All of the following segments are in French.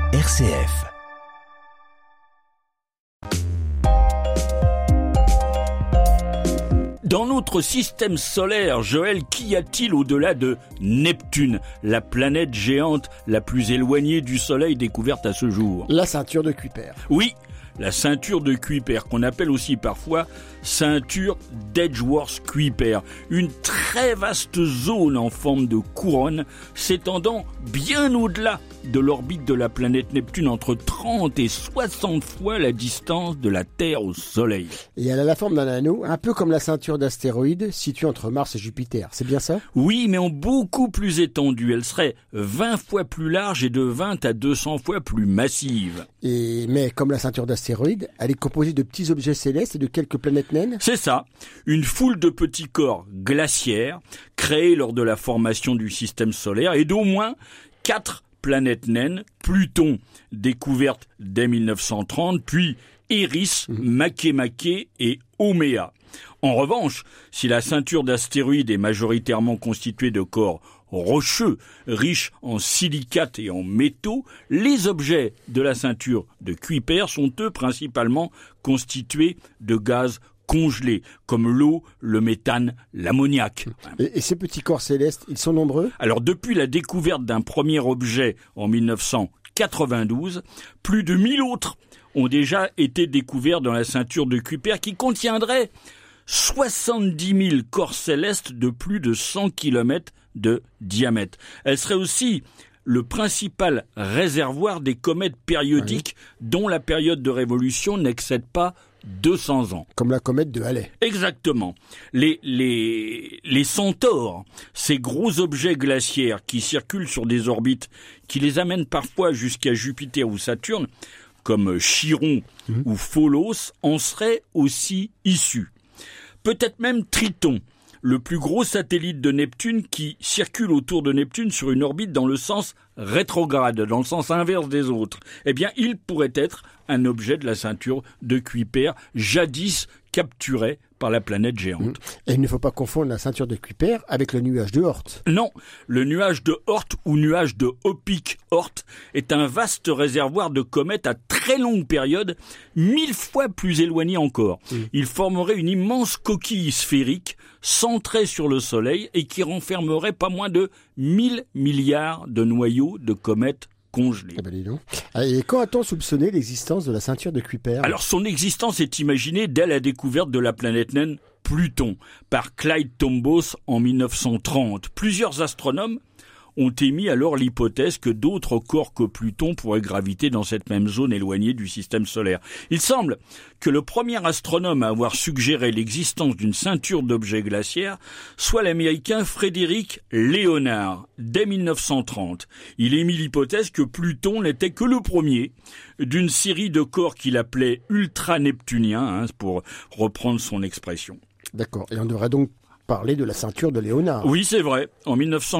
RCF. Dans notre système solaire, Joël, qu'y a-t-il au-delà de Neptune, la planète géante la plus éloignée du Soleil découverte à ce jour? La ceinture de Kuiper. Oui, la ceinture de Kuiper, qu'on appelle aussi parfois ceinture d'Edgeworth-Kuiper, une très vaste zone en forme de couronne s'étendant bien au-delà de l'orbite de la planète Neptune, entre 30 et 60 fois la distance de la Terre au Soleil. Et elle a la forme d'un anneau, un peu comme la ceinture d'astéroïdes située entre Mars et Jupiter, c'est bien ça? Oui, mais en beaucoup plus étendue. Elle serait 20 fois plus large et de 20 à 200 fois plus massive. Mais comme la ceinture d'astéroïdes, elle est composée de petits objets célestes et de quelques planètes naines? C'est ça, une foule de petits corps glaciaires créés lors de la formation du système solaire et d'au moins 4 planètes naines, Pluton, découverte dès 1930, puis Eris, Makemake et Haumea. En revanche, si la ceinture d'astéroïdes est majoritairement constituée de corps rocheux, riches en silicates et en métaux, les objets de la ceinture de Kuiper sont eux principalement constitués de gaz congelés, comme l'eau, le méthane, l'ammoniac. Et ces petits corps célestes, ils sont nombreux? Alors depuis la découverte d'un premier objet en 1992, plus de 1000 autres ont déjà été découverts dans la ceinture de Kuiper qui contiendrait 70 000 corps célestes de plus de 100 km de diamètre. Elle serait aussi le principal réservoir des comètes périodiques dont la période de révolution n'excède pas 200 ans. Comme la comète de Halley. Exactement. Les centaures, ces gros objets glaciaires qui circulent sur des orbites qui les amènent parfois jusqu'à Jupiter ou Saturne, comme Chiron ou Pholos, en seraient aussi issus. Peut-être même Triton, le plus gros satellite de Neptune qui circule autour de Neptune sur une orbite dans le sens rétrograde, dans le sens inverse des autres. Eh bien, il pourrait être un objet de la ceinture de Kuiper, jadis capturé par la planète géante. Et il ne faut pas confondre la ceinture de Kuiper avec le nuage de Oort. Non, le nuage de Oort ou nuage de Ophick-Oort est un vaste réservoir de comètes à très longue période, 1000 fois plus éloigné encore. Il formerait une immense coquille sphérique centrée sur le Soleil et qui renfermerait pas moins de 1000 milliards de noyaux de comètes congelés. Eh ben dis donc. Et quand a-t-on soupçonné l'existence de la ceinture de Kuiper? Alors son existence est imaginée dès la découverte de la planète naine Pluton par Clyde Tombaugh en 1930. Plusieurs astronomes ont émis alors l'hypothèse que d'autres corps que Pluton pourraient graviter dans cette même zone éloignée du système solaire. Il semble que le premier astronome à avoir suggéré l'existence d'une ceinture d'objets glaciaires soit l'américain Frédéric Léonard, dès 1930. Il émit l'hypothèse que Pluton n'était que le premier d'une série de corps qu'il appelait ultra-neptuniens, pour reprendre son expression. D'accord, et on devrait donc parler de la ceinture de Léonard. Oui, c'est vrai. En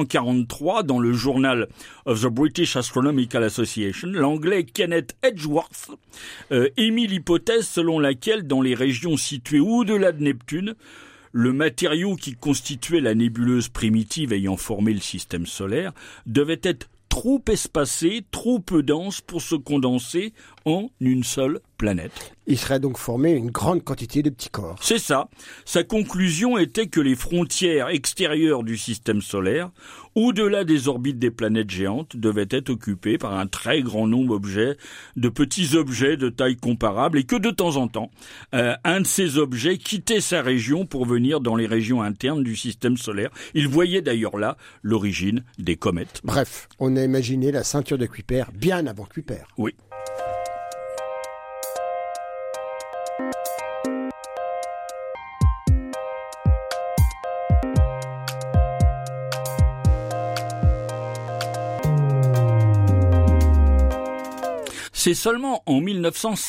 1943, dans le journal of the British Astronomical Association, l'anglais Kenneth Edgeworth émit l'hypothèse selon laquelle, dans les régions situées au-delà de Neptune, le matériau qui constituait la nébuleuse primitive ayant formé le système solaire devait être trop espacé, trop peu dense pour se condenser en une seule planète. Il serait donc formé une grande quantité de petits corps. C'est ça. Sa conclusion était que les frontières extérieures du système solaire, au-delà des orbites des planètes géantes, devaient être occupées par un très grand nombre de petits objets de taille comparable et que de temps en temps, un de ces objets quittait sa région pour venir dans les régions internes du système solaire. Il voyait d'ailleurs là l'origine des comètes. Bref, on a imaginé la ceinture de Kuiper bien avant Kuiper. Oui. C'est seulement en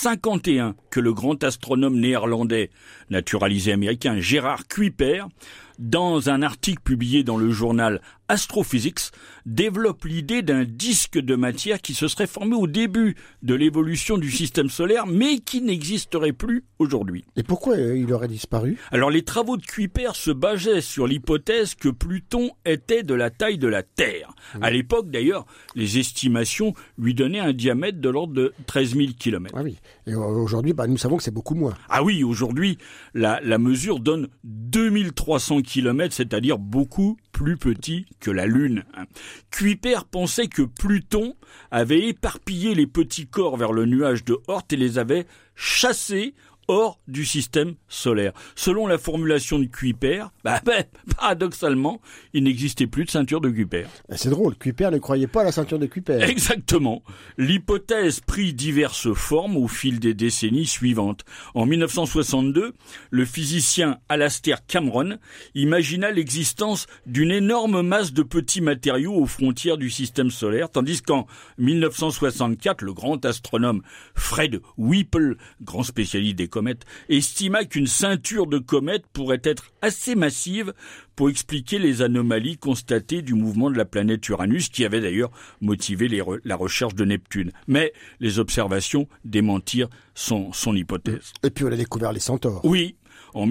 1951 que le grand astronome néerlandais, naturalisé américain Gerard Kuiper, dans un article publié dans le journal Astrophysics, développe l'idée d'un disque de matière qui se serait formé au début de l'évolution du système solaire, mais qui n'existerait plus aujourd'hui. Et pourquoi il aurait disparu ? Alors les travaux de Kuiper se basaient sur l'hypothèse que Pluton était de la taille de la Terre. À l'époque d'ailleurs, les estimations lui donnaient un diamètre de l'ordre de 13 000 km. Ah oui. Et aujourd'hui, nous savons que c'est beaucoup moins. Ah oui, aujourd'hui, la mesure donne 2300 km, c'est-à-dire beaucoup plus petit que la Lune. Kuiper pensait que Pluton avait éparpillé les petits corps vers le nuage de Oort et les avait chassés hors du système solaire. Selon la formulation de Kuiper, paradoxalement, il n'existait plus de ceinture de Kuiper. C'est drôle, Kuiper ne croyait pas à la ceinture de Kuiper. Exactement. L'hypothèse prit diverses formes au fil des décennies suivantes. En 1962, le physicien Alastair Cameron imagina l'existence d'une énorme masse de petits matériaux aux frontières du système solaire, tandis qu'en 1964, le grand astronome Fred Whipple, grand spécialiste des comètes, estima qu'une ceinture de comètes pourrait être assez massive pour expliquer les anomalies constatées du mouvement de la planète Uranus, qui avait d'ailleurs motivé la recherche de Neptune. Mais les observations démentirent son hypothèse. Et puis on a découvert les centaures. Oui. En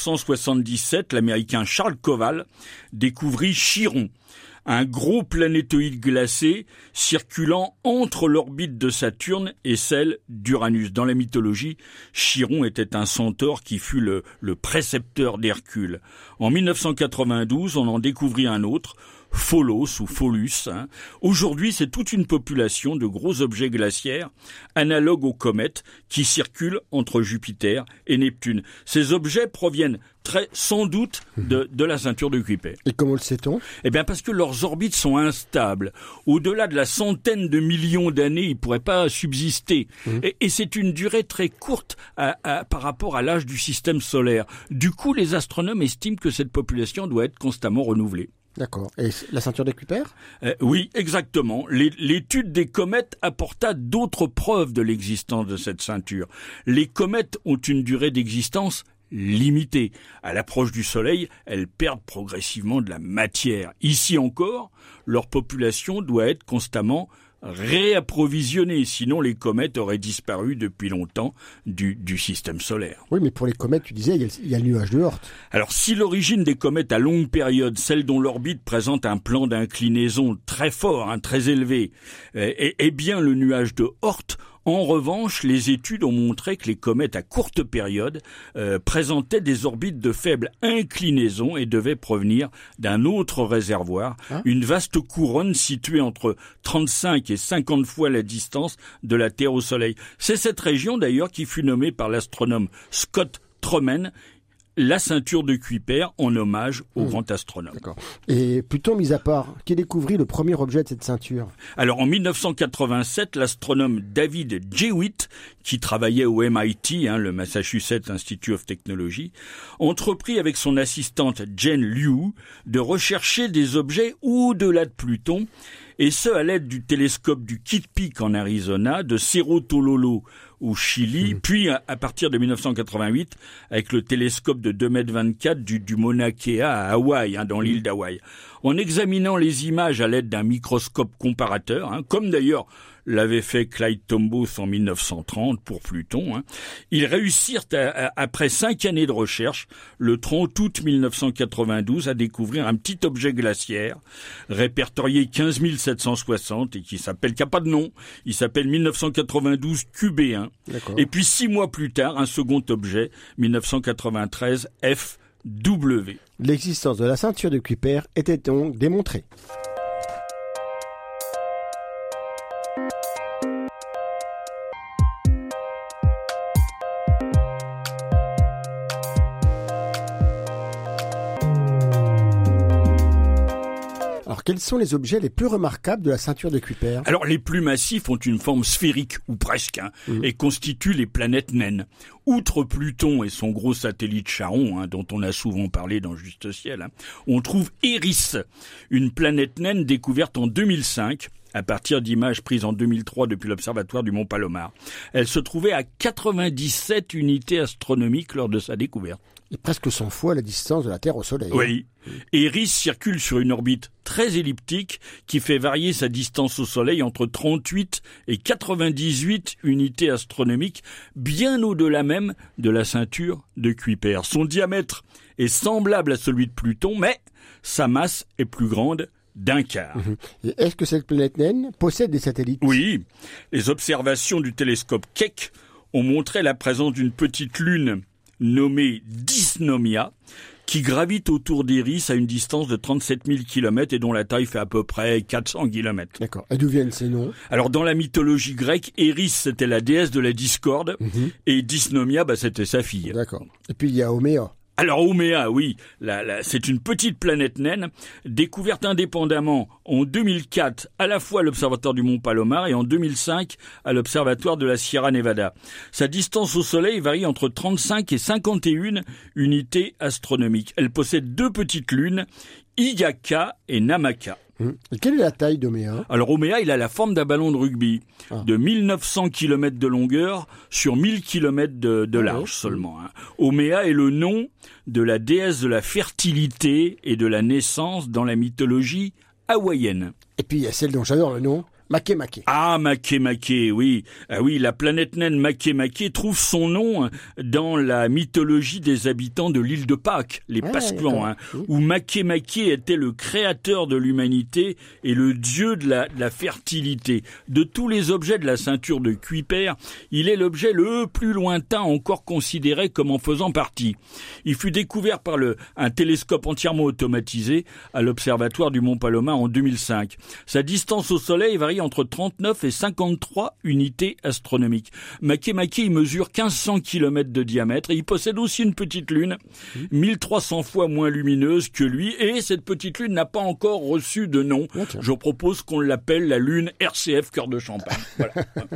1977, l'Américain Charles Kowal découvrit Chiron, un gros planétoïde glacé circulant entre l'orbite de Saturne et celle d'Uranus. Dans la mythologie, Chiron était un centaure qui fut le précepteur d'Hercule. En 1992, on en découvrit un autre, Pholos ou Pholus. Aujourd'hui, c'est toute une population de gros objets glaciaires, analogues aux comètes, qui circulent entre Jupiter et Neptune. Ces objets proviennent sans doute de la ceinture de Kuiper. Et comment le sait-on ? Eh bien, parce que leurs orbites sont instables. Au-delà de la centaine de millions d'années, ils ne pourraient pas subsister. Et c'est une durée très courte par rapport à l'âge du système solaire. Du coup, les astronomes estiment que cette population doit être constamment renouvelée. D'accord. Et la ceinture de Kuiper ? Oui, exactement. L'étude des comètes apporta d'autres preuves de l'existence de cette ceinture. Les comètes ont une durée d'existence limitée. À l'approche du Soleil, elles perdent progressivement de la matière. Ici encore, leur population doit être constamment réapprovisionnée, sinon les comètes auraient disparu depuis longtemps du système solaire. Oui, mais pour les comètes, tu disais, il y a le nuage de Oort. Alors, si l'origine des comètes à longue période, celle dont l'orbite présente un plan d'inclinaison très fort, très élevé, est bien le nuage de Oort, en revanche, les études ont montré que les comètes à courte période présentaient des orbites de faible inclinaison et devaient provenir d'un autre réservoir, une vaste couronne située entre 35 et 50 fois la distance de la Terre au Soleil. C'est cette région d'ailleurs qui fut nommée par l'astronome Scott Tromen la ceinture de Kuiper en hommage au grand astronome. D'accord. Et Pluton mis à part, qui découvrit le premier objet de cette ceinture ? Alors en 1987, l'astronome David Jewitt, qui travaillait au MIT, le Massachusetts Institute of Technology, entreprit avec son assistante Jane Liu de rechercher des objets au-delà de Pluton, et ce à l'aide du télescope du Kitt Peak en Arizona, de Cerro Tololo au Chili, puis à partir de 1988 avec le télescope de 2,24 m du Mauna Kea à Hawaï, dans l'île d'Hawaï. En examinant les images à l'aide d'un microscope comparateur, comme d'ailleurs l'avait fait Clyde Tombaugh en 1930 pour Pluton, ils réussirent, après 5 années de recherche, le 30 août 1992, à découvrir un petit objet glaciaire, répertorié 15 760 et qui n'a pas de nom, il s'appelle 1992 QB1. D'accord. Et puis 6 mois plus tard, un second objet, 1993 FW. L'existence de la ceinture de Kuiper était donc démontrée. Alors, quels sont les objets les plus remarquables de la ceinture de Kuiper ? Alors, les plus massifs ont une forme sphérique, ou presque, et constituent les planètes naines. Outre Pluton et son gros satellite Charon, dont on a souvent parlé dans Juste Ciel, on trouve Eris, une planète naine découverte en 2005, à partir d'images prises en 2003 depuis l'observatoire du Mont Palomar. Elle se trouvait à 97 unités astronomiques lors de sa découverte. Et presque 100 fois la distance de la Terre au Soleil. Oui. Eris circule sur une orbite très elliptique qui fait varier sa distance au Soleil entre 38 et 98 unités astronomiques, bien au-delà même de la ceinture de Kuiper. Son diamètre est semblable à celui de Pluton, mais sa masse est plus grande d'un quart. Et est-ce que cette planète naine possède des satellites? Oui. Les observations du télescope Keck ont montré la présence d'une petite lune nommée Dysnomia, qui gravite autour d'Eris à une distance de 37 000 km et dont la taille fait à peu près 400 km. D'accord. Et d'où viennent ces noms? Alors, dans la mythologie grecque, Eris, c'était la déesse de la discorde, et Dysnomia, c'était sa fille. D'accord. Et puis il y a Oméa. Alors Oméa, oui, c'est une petite planète naine, découverte indépendamment en 2004 à la fois à l'observatoire du Mont Palomar et en 2005 à l'observatoire de la Sierra Nevada. Sa distance au Soleil varie entre 35 et 51 unités astronomiques. Elle possède 2 petites lunes, Hyakka et Namaka. Et quelle est la taille d'Oméa? Alors Oméa, il a la forme d'un ballon de rugby, de 1900 km de longueur sur 1000 km de large seulement. Oméa est le nom de la déesse de la fertilité et de la naissance dans la mythologie hawaïenne. Et puis il y a celle dont j'adore le nom, Makemake. Ah, Makemake, oui. Ah oui, la planète naine Makemake trouve son nom dans la mythologie des habitants de l'île de Pâques, les Pasquans, où Makemake était le créateur de l'humanité et le dieu de la fertilité. De tous les objets de la ceinture de Kuiper, il est l'objet le plus lointain encore considéré comme en faisant partie. Il fut découvert par un télescope entièrement automatisé à l'observatoire du Mont Palomar en 2005. Sa distance au Soleil varie entre 39 et 53 unités astronomiques. Makemake, il mesure 1500 km de diamètre et il possède aussi une petite lune, 1300 fois moins lumineuse que lui, et cette petite lune n'a pas encore reçu de nom. Okay. Je propose qu'on l'appelle la lune RCF Cœur de Champagne. Voilà.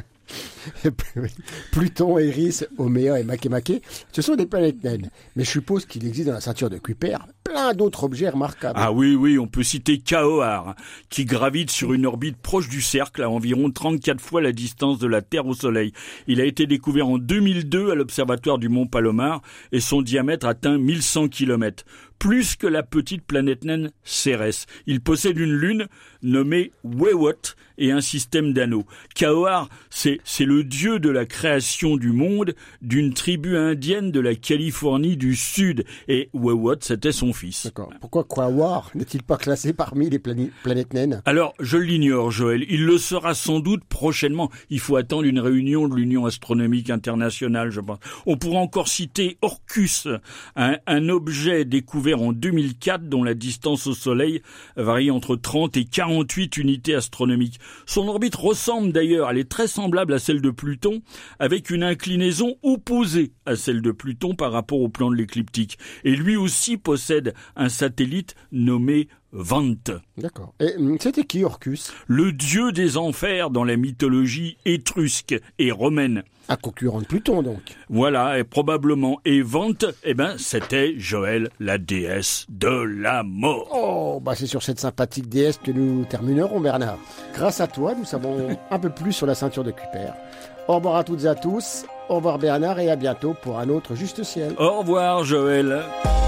Pluton, Eris, Oméa et Makemake, ce sont des planètes naines. Mais je suppose qu'il existe dans la ceinture de Kuiper plein d'autres objets remarquables. Ah oui, on peut citer Caoar, qui gravite sur une orbite proche du cercle à environ 34 fois la distance de la Terre au Soleil. Il a été découvert en 2002 à l'observatoire du Mont Palomar et son diamètre atteint 1100 km. Plus que la petite planète naine Cérès. Il possède une lune nommée Weowot et un système d'anneaux. Caoar, c'est le dieu de la création du monde d'une tribu indienne de la Californie du Sud. Et Weowot, c'était son fils. D'accord. Pourquoi Caoar n'est-il pas classé parmi les planètes naines? Alors, je l'ignore, Joël. Il le sera sans doute prochainement. Il faut attendre une réunion de l'Union astronomique internationale, je pense. On pourra encore citer Orcus, un objet découvert en 2004 dont la distance au Soleil varie entre 30 et 48 unités astronomiques. Son orbite ressemble d'ailleurs, elle est très semblable à celle de Pluton, avec une inclinaison opposée à celle de Pluton par rapport au plan de l'écliptique. Et lui aussi possède un satellite nommé Vante. D'accord. Et c'était qui Orcus? Le dieu des enfers dans la mythologie étrusque et romaine. Un concurrent de Pluton, donc. Voilà, et probablement. Et Vante, c'était Joël, la déesse de la mort. Oh, c'est sur cette sympathique déesse que nous terminerons, Bernard. Grâce à toi, nous savons un peu plus sur la ceinture de Kuiper. Au revoir à toutes et à tous. Au revoir Bernard et à bientôt pour un autre Juste Ciel. Au revoir Joël.